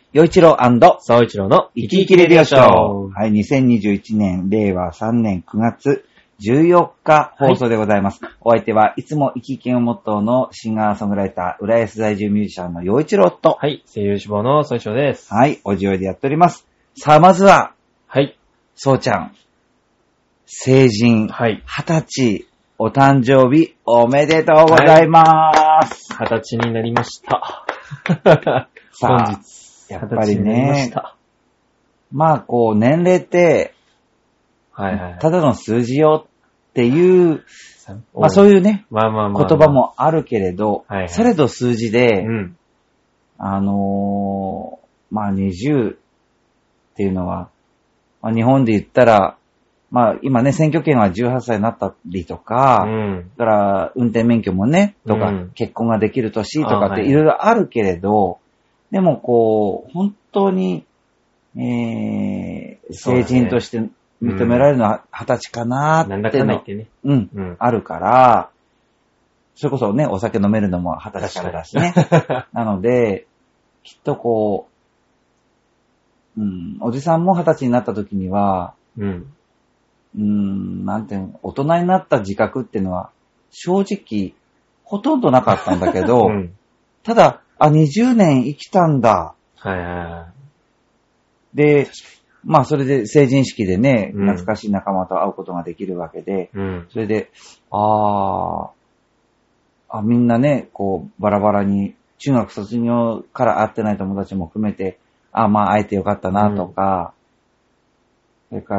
陽一郎総一郎の生き生きレディオショー。はい、2021年、令和3年9月14日放送でございます。はい、お相手はいつも生き生きをモットーのシンガーソングライター、浦安在住ミュージシャンの陽一郎と、 はい、声優志望の総一郎です。 はい、おじおいでやっております。さあ、まずは、 はい、 そうちゃん、成人、 はい、 20歳、お誕生日おめでとうございます。 はい、20歳になりました。 さあ、本日、やっぱりね、まあこう年齢って、 はいはい、 ただの数字よっていう、まあそういうね、言葉もあるけれど、はいはい、されど数字で、 うん、 まあ20っていうのは、まあ、日本で言ったら、まあ今ね、選挙権は18歳になったりとか、だから運転免許もね、とか、結婚ができる年とかっていろいろあるけれど、でもこう、本当に、成人として認められるのは20歳かなっていうの、あるから、それこそね、お酒飲めるのも20歳からだしね。なので、きっとこう、おじさんも20歳になった時には、なんていうの、大人になった自覚っていうのは、正直、ほとんどなかったんだけど、ただ、20年生きたんだ。で、まあ、それで成人式でね、懐かしい仲間と会うことができるわけで、それで、みんなね、こう、バラバラに、中学卒業から会ってない友達も含めて、まあ、会えてよかったなとか、それから、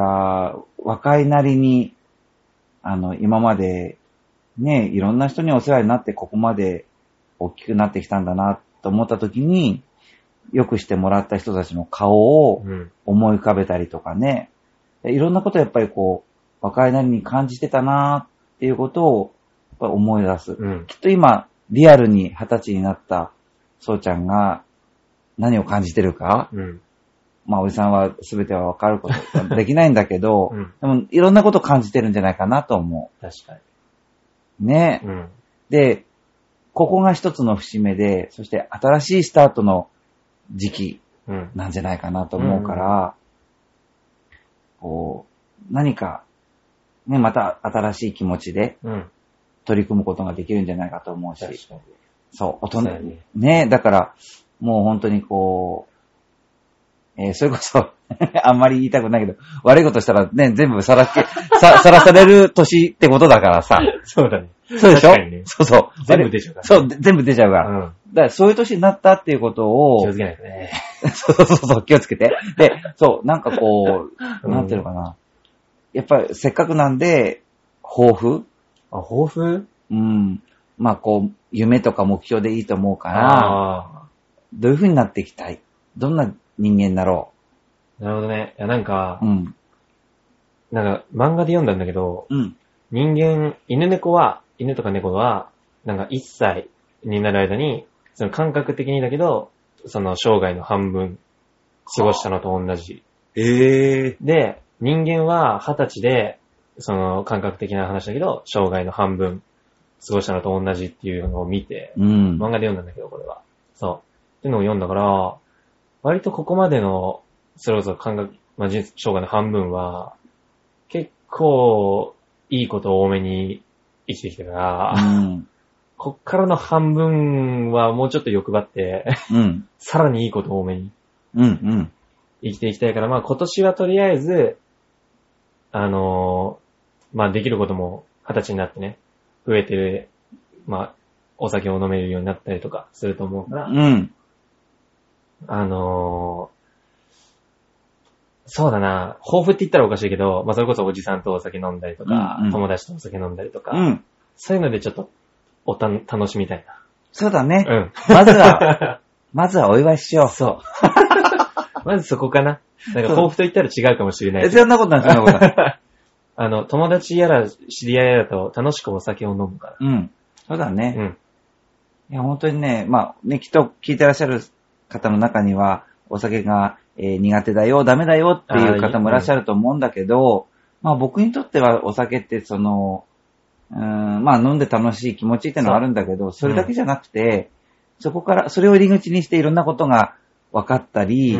若いなりに、今まで、ね、いろんな人にお世話になってここまで大きくなってきたんだなと思ったときに、よくしてもらった人たちの顔を思い浮かべたりとかね、いろんなことやっぱりこう、若いなりに感じてたなっていうことをやっぱり思い出す。きっと今、リアルに20歳になったそうちゃんが何を感じてるか、まあ、おじさんは全ては分かることはできないんだけど、でもいろんなことを感じてるんじゃないかなと思う。 確かに。ね、で、ここが一つの節目で、そして新しいスタートの時期なんじゃないかなと思うから、こう、何か、ね、また新しい気持ちで取り組むことができるんじゃないかと思うし、そう、大人ね、だから、もう本当にこう、それこそ、あんまり言いたくないけど、悪いことしたらね、全部さらされる年ってことだからさ。 そうだね。 そうでしょ、 ね、 そうそう。 全部出ちゃうから、 ね。そう、全部出ちゃうから。だからそういう年になったっていうことを。 気をつけないとね。 そう、気をつけて。で、そう、なんかこう、なんていうのかな。やっぱりせっかくなんで、抱負？ 抱負？ まあこう、夢とか目標でいいと思うから、どういう風になっていきたい？どんな人間になろう。なるほどね。いや、なんか漫画で読んだんだけど、人間、犬とか猫は、なんか1歳になる間に、その感覚的にだけど、その生涯の半分過ごしたのと同じ。で、人間は20歳で、その感覚的な話だけど、生涯の半分過ごしたのと同じっていうのを見て、漫画で読んだんだけど、これは。そう。っていうのを読んだから、割とここまでの、それこそ感覚、生涯の半分は、結構、いいことを多めに生きてきたから、こっからの半分はもうちょっと欲張って、さらにいいことを多めに、生きていきたいから、まあ今年はとりあえず、まあできることも20歳になってね、増えて、まあ、お酒を飲めるようになったりとかすると思うから、そうだな、抱負って言ったらおかしいけど、まあそれこそおじさんとお酒飲んだりとか、友達とお酒飲んだりとか、そういうのでちょっと楽しみたいな。 そうだね。まずはお祝いしよう。 そう。まずそこかな。なんか抱負と言ったら違うかもしれない。 そんなことない、そんなことない。 友達やら知り合いやらと楽しくお酒を飲むから。 そうだね。いや、本当にね、まあね、きっと聞いてらっしゃる方の中には、お酒が、苦手だよ、ダメだよっていう方もいらっしゃると思うんだけど、まあ僕にとってはお酒ってまあ飲んで楽しい気持ちってのはあるんだけど、それだけじゃなくて、そこから、それを入り口にしていろんなことが分かったり、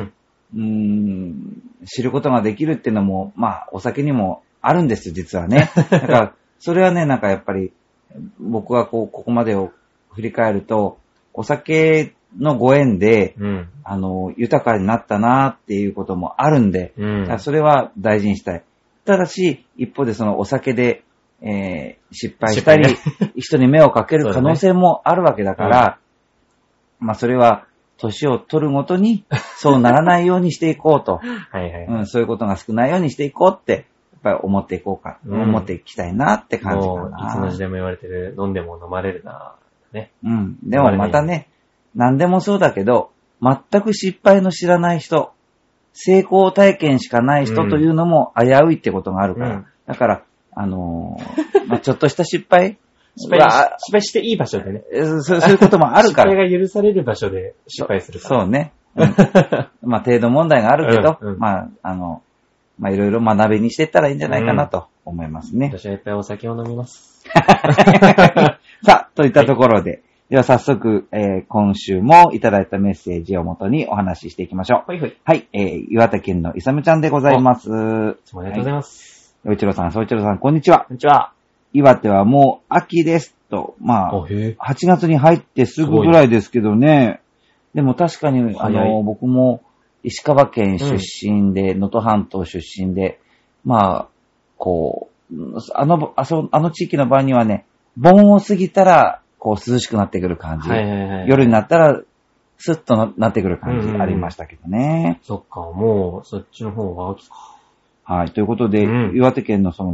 知ることができるっていうのも、まあ、お酒にもあるんですよ、実はね。だから、それはね、なんかやっぱり、僕はここまでを振り返ると、お酒のご縁で、豊かになったなっていうこともあるんで、それは大事にしたい。ただし、一方でそのお酒で、失敗したり、人に目をかける可能性もあるわけだから、まあそれは、年を取るごとに、そうならないようにしていこうと。そういうことが少ないようにしていこうって、やっぱり思っていこうか、思っていきたいなって感じかな。 いつの時代も言われてる、飲んでも飲まれるな。ね。 でもまたね、何でもそうだけど、全く失敗の知らない人、成功体験しかない人というのも危ういってことがあるから。だから、まあ、ちょっとした失敗失敗していい場所でね。 そういうこともあるから。 失敗が許される場所で失敗するから。 そうね。まあ、程度問題があるけど、まあ、いろいろ学びにしていったらいいんじゃないかなと思いますね。 私はいっぱいお酒を飲みます。 さあ、といったところで、では早速、今週もいただいたメッセージをもとにお話ししていきましょう。はい、岩手県のいさむちゃんでございます。いつもありがとうございます。 よいちろさん、そういちろさん、こんにちは。 こんにちは。 岩手はもう秋ですと、まあ、8月に入ってすぐぐらいですけどね。でも確かに、僕も石川県出身で、能登半島出身で、まあ、こう、あの地域の場合にはね、盆を過ぎたら、こう涼しくなってくる感じ。夜になったら、スッとなってくる感じありましたけどね。 そっか、もう、そっちの方が秋か。 はい、ということで、岩手県のその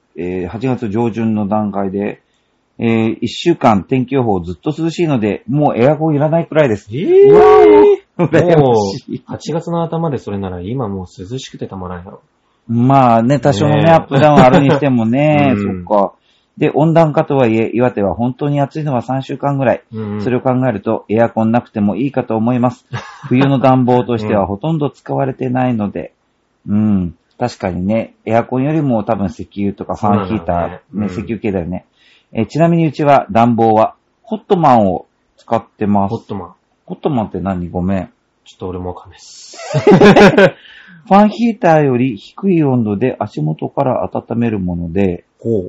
8月上旬の段階で、1週間天気予報ずっと涼しいので、もうエアコンいらないくらいです。 もう、8月の頭でそれなら今もう涼しくてたまらないよ。 まあね、多少のね、アップダウンあるにしてもね、そっか。で、温暖化とはいえ、岩手は本当に暑いのは3週間ぐらい。それを考えると、エアコンなくてもいいかと思います。冬の暖房としてはほとんど使われてないので、確かにね、エアコンよりも多分石油とかファンヒーター、石油系だよね。ちなみにうちは暖房はホットマンを使ってます。 ホットマンって何？ごめん。 ちょっと俺もわかんないです。 ファンヒーターより低い温度で足元から温めるもので、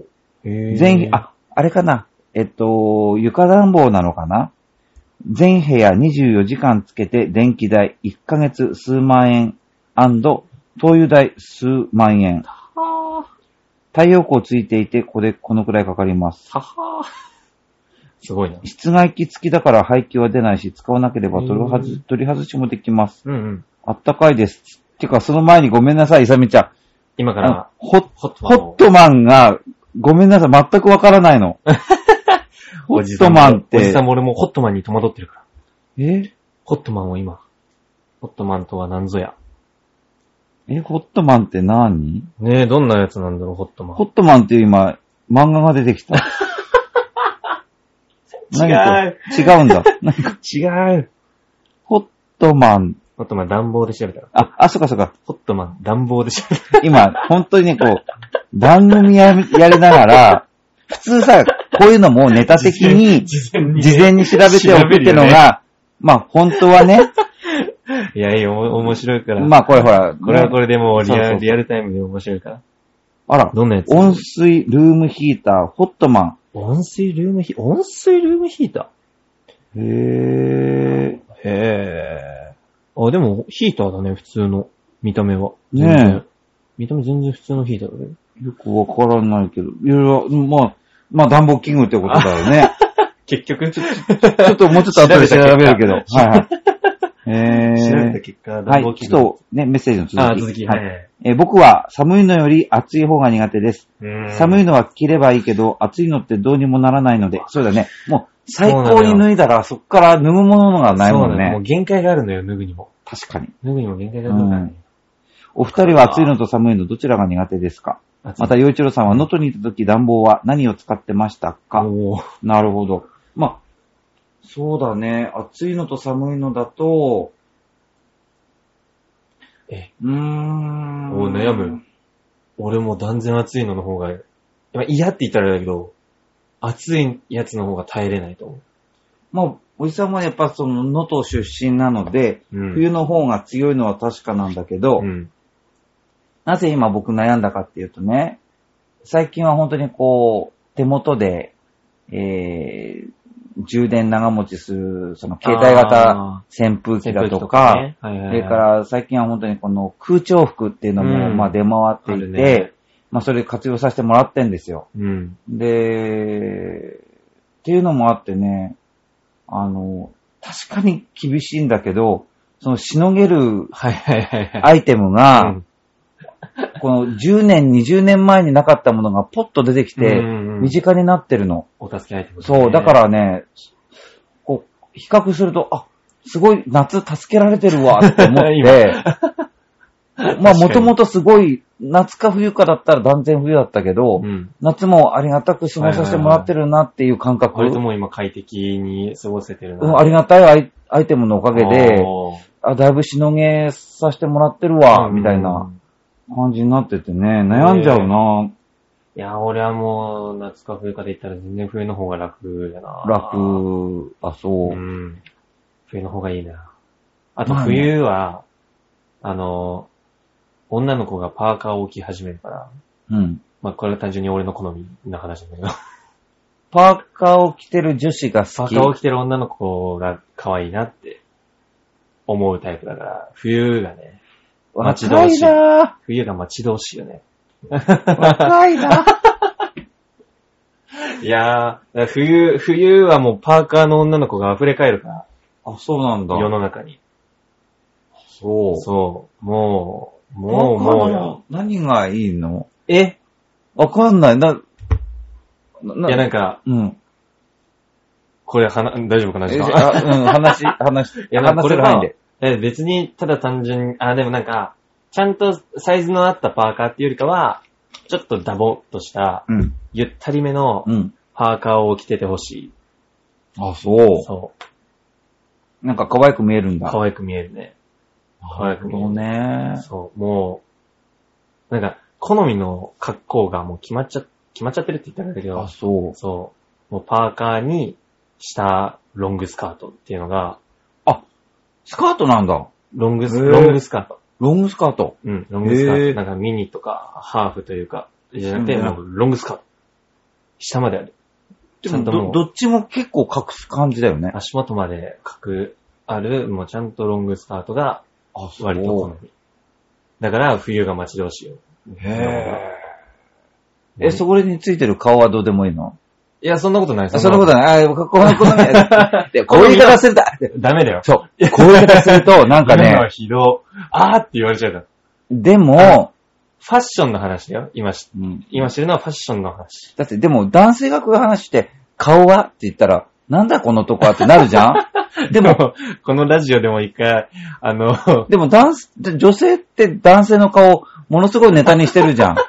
あれかな。床暖房なのかな？全部屋24時間つけて電気代1ヶ月数万円&灯油代数万円。太陽光ついていて、このくらいかかります。 すごいな。 室外機付きだから排気は出ないし、使わなければ取り外しもできます。あったかいです。てか、その前にごめんなさい、いさみちゃん。 今から、 ホットマンが、ごめんなさい、全くわからないの。ホットマンって。 おじさんも俺もホットマンに戸惑ってるから。ホットマンを今。ホットマンとは何ぞや。 ホットマンって何？ ねえ、どんなやつなんだろう、ホットマン。 ホットマンって今、漫画が出てきた。違うんだ。 違う。 ホットマン。 ホットマン暖房で調べたら。 そっか。 ホットマン暖房で調べたら。 今、本当にね、こう、番組やりながら、普通さ、こういうのもネタ的に、事前に調べておくってのが、まあ、本当はね。 いや、面白いから。 まあ、これほら。 これはこれでもうリアルタイムで面白いから。 あら。 どんなやつ？ 温水ルームヒーター、ホットマン。 温水ルームヒーター？へー。あ、でも、ヒーターだね、普通の。見た目は。 ねえ。 見た目全然普通のヒーターだね。 よくわからないけど。いろいろ、まあ、暖房器具ってことだよね。 結局、 ちょっともうちょっと後で調べるけど。 調べた結果、 暖房器具。ちょっとね、メッセージの続き。 はい。 僕は寒いのより暑い方が苦手です。寒いのは着ればいいけど、暑いのってどうにもならないので、そうだね。もう、最高に脱いだら、そっから脱ぐものがないもんね。 もう限界があるのよ、脱ぐにも。 確かに。 脱ぐにも限界があるからね。 お二人は暑いのと寒いのどちらが苦手ですか？また、洋一郎さんは能登にいた時暖房は何を使ってましたか？なるほど。まあ、そうだね。暑いのと寒いのだと、 悩む。俺も断然暑いの方が、嫌って言ったらあれだけど、暑いやつの方が耐えれないと思う。 まあ、 おじさんもやっぱその能登出身なので、 うん、 冬の方が強いのは確かなんだけど、なぜ今僕悩んだかっていうとね、最近は本当にこう、手元で、充電長持ちする、その携帯型扇風機だとか、 ね、それから最近は本当にこの空調服っていうのもまあ出回っていて、ね、まあそれ活用させてもらってんですよ。で、っていうのもあってね、確かに厳しいんだけど、そのしのげるアイテムが、この10年、20年前になかったものがポッと出てきて、身近になってるの。 お助けアイテム、ね。 そう、だからね、こう、比較すると、あ、すごい夏助けられてるわって思って、まあもともとすごい、夏か冬かだったら断然冬だったけど、夏もありがたく過ごさせてもらってるなっていう感覚。 割ともう今快適に過ごせてるな。 ありがたいアイテムのおかげで、だいぶしのげさせてもらってるわ、みたいな感じになっててね、悩んじゃうな。 いや、俺はもう夏か冬かで言ったら全然冬の方が楽やな。 楽、あ、そう。 冬の方がいいな。あと冬は、女の子がパーカーを着始めるから。まあこれは単純に俺の好みの話なんだけど。 パーカーを着てる女子が好き。 パーカーを着てる女の子が可愛いなって思うタイプだから、冬がね、待ち遠しい。冬が待ち遠しいよね。 若いな。 いやー、冬はもうパーカーの女の子が溢れ返るから。 あ、そうなんだ。 世の中に。 そう。 そう。もう。 何がいいの？わかんない。いや、なんか、これ、大丈夫かな？ 話。いや、話する範囲で。 別に、ただ単純に、でもなんか、ちゃんとサイズのあったパーカーっていうよりかは、ちょっとダボっとした、ゆったりめのパーカーを着ててほしい。 あ、そう。 そう。 なんか可愛く見えるんだ。 可愛く見えるね。可愛く見えるね。 そう。もう、なんか、好みの格好がもう決まっちゃってるって言ったらあれだけど。 あ、そう。 そう。もうパーカーに、下、ロングスカートっていうのが。 あ、スカートなんだ。 ロングスカート。 ロングスカート。 ロングスカート。なんかミニとか、ハーフというか、じゃなくて、もうロングスカート。下まである。 でもどっちも結構隠す感じだよね。 足元まである、もうちゃんとロングスカートが、割と好み。だから、冬が待ち遠しいよ。 そこについてる顔はどうでもいいの？ いや、そんなことない。 そんなことない。この好みこういう言い方すると、 ダメだよ。 そう。こういう言い方すると、なんかね。 ひどーって言われちゃうから。 でも、 ファッションの話だよ。今知るのはファッションの話。 だって、でも男性がこういう話して、顔はって言ったら、なんだこの男はってなるじゃんでも、 このラジオでも一回、 でも女性って男性の顔、ものすごいネタにしてるじゃん。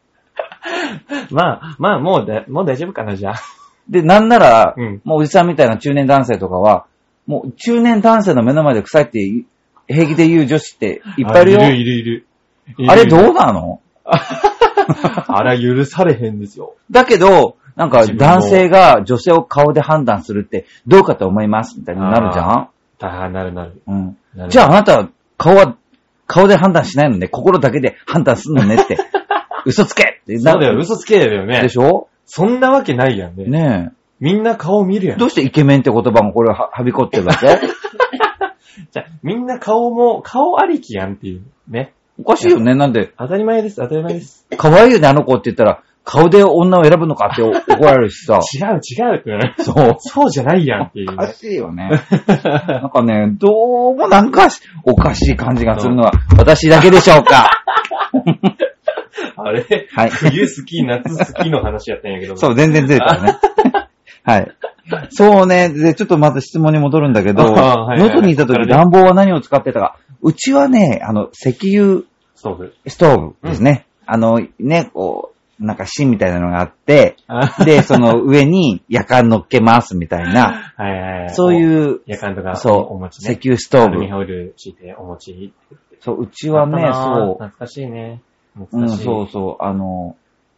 まあ、もう大丈夫かな、じゃあ。 で、なんなら、もうおじさんみたいな中年男性とかは、もう中年男性の目の前で臭いって平気で言う女子っていっぱいいるよ。 いる。 あれどうなの？ あれ許されへんですよ。 だけど、なんか男性が女性を顔で判断するってどうかと思いますみたいになるじゃん？ なる。 じゃああなた顔で判断しないのね、心だけで判断するのねって。嘘つけってそうだよ、嘘つけだよね。 でしょ？ そんなわけないやんね。 ねえ。 みんな顔見るやん。 どうしてイケメンって言葉もこれはびこってるわけ？ じゃあ、みんな顔ありきやんっていう。ね。 おかしいよね、なんで。 当たり前です。 可愛いよね、あの子って言ったら、顔で女を選ぶのかって怒られるしさ。 違うってそう。 そうじゃないやんっていう、 おかしいよね。なんかね、どうもなんかおかしい感じがするのは私だけでしょうか。 あれ、はい、冬好き、夏好きの話やったんやけど。 そう、全然ずれたね。はい。そうね。で、ちょっとまず質問に戻るんだけど、能登にいた時暖房は何を使ってたか。うちはね、石油ストーブですね。こう、なんか芯みたいなのがあって、で、その上に夜間乗っけますみたいな、そういう、 夜間とかお持ちね。石油ストーブ。 アルミホイル敷いてお持ち。 そう、うちはね、そう。 懐かしいね。 そう。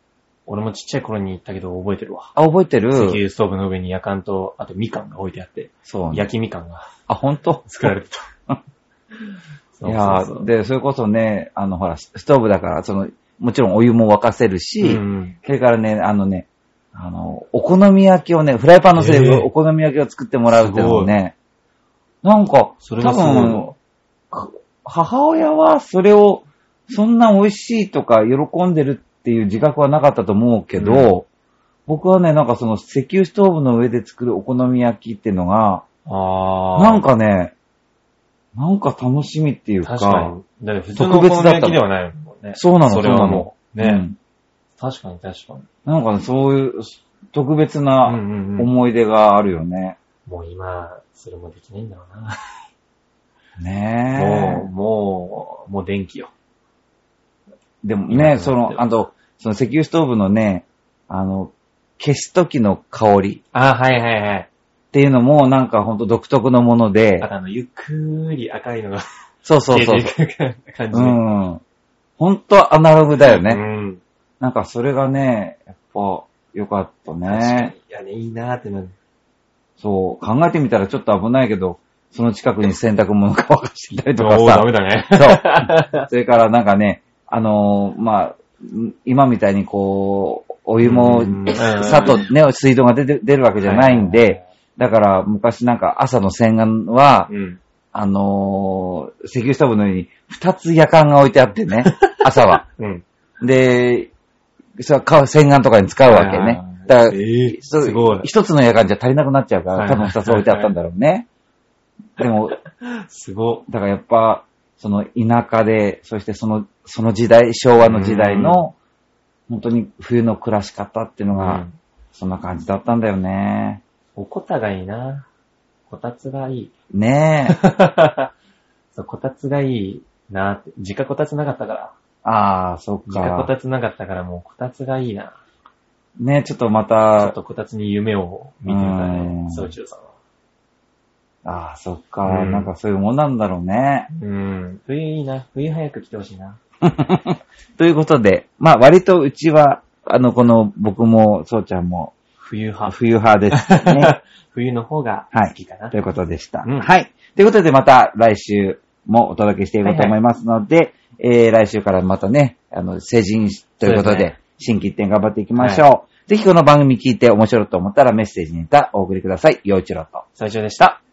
俺もちっちゃい頃に行ったけど覚えてるわ。 あ、覚えてる？ 石油ストーブの上に夜間と、あとみかんが置いてあって、 そう、ね。 焼きみかんがあ、ほんと？ 作られてた。 いやー、で、それこそね、ほら、ストーブだから、もちろんお湯も沸かせるし、 うん、 それからね、お好み焼きをね、フライパンのせいでお好み焼きを作ってもらうっていうのもね、なんか、 それがすごい多分、母親はそれを、そんな美味しいとか喜んでるっていう自覚はなかったと思うけど、僕はね、なんかその石油ストーブの上で作るお好み焼きっていうのが、なんかね、なんか楽しみっていうか、 確かに。だって普通のお好み焼きではないもんね。 そうなの、 それはもう。ね、 うん。 確かに確かに。 なんかね、そういう特別な思い出があるよね。 もう今、それもできないんだろうな。 ねえ。 もう電気よ。 でもね、その石油ストーブのね、消す時の香り。 あ、はいはいはい。 っていうのも、なんかほんと独特のもので。 あとゆっくり赤いのが。 そうそうそう。 感じ。 うん。ほんとアナログだよね。 うん。 なんかそれがね、やっぱ良かったね。 確かに。いやね、いいなーってなる。 そう、考えてみたらちょっと危ないけど、その近くに洗濯物乾かしてたりとかさ。 ダメだね。 そう。それからなんかね、まあ、今みたいにこう、お湯も、さっとね、水道が出るわけじゃないんで、だから昔なんか朝の洗顔は、石油ストーブの上に2つ夜間が置いてあってね、朝は。で、洗顔とかに使うわけね。だから、すごい。1つの夜間じゃ足りなくなっちゃうから、多分2つ置いてあったんだろうね。でも、 すごい。 だからやっぱ、その田舎で、そしてその時代、昭和の時代の、本当に冬の暮らし方っていうのが、そんな感じだったんだよね。 おこたがいいな。こたつがいい。 ねえ。 そう、こたつがいいなって。実家こたつなかったから。 ああ、そっか。 実家こたつなかったからもうこたつがいいな。 ねえ、ちょっとまた。 ちょっとこたつに夢を見てみたね、総中さんは。 ああ、そっか、なんかそういうもんなんだろうね。 冬いいな。冬早く来てほしいな。 ということで、まあ割とうちは、僕も、そうちゃんも、冬派ですね。 冬の方が好きかな。 ということでした。はい。ということでまた来週もお届けしていこうと思いますので、来週からまたね、成人ということで、新規一点頑張っていきましょう。ぜひこの番組聞いて面白いと思ったらメッセージネタお送りください。陽一郎と。 最初でした。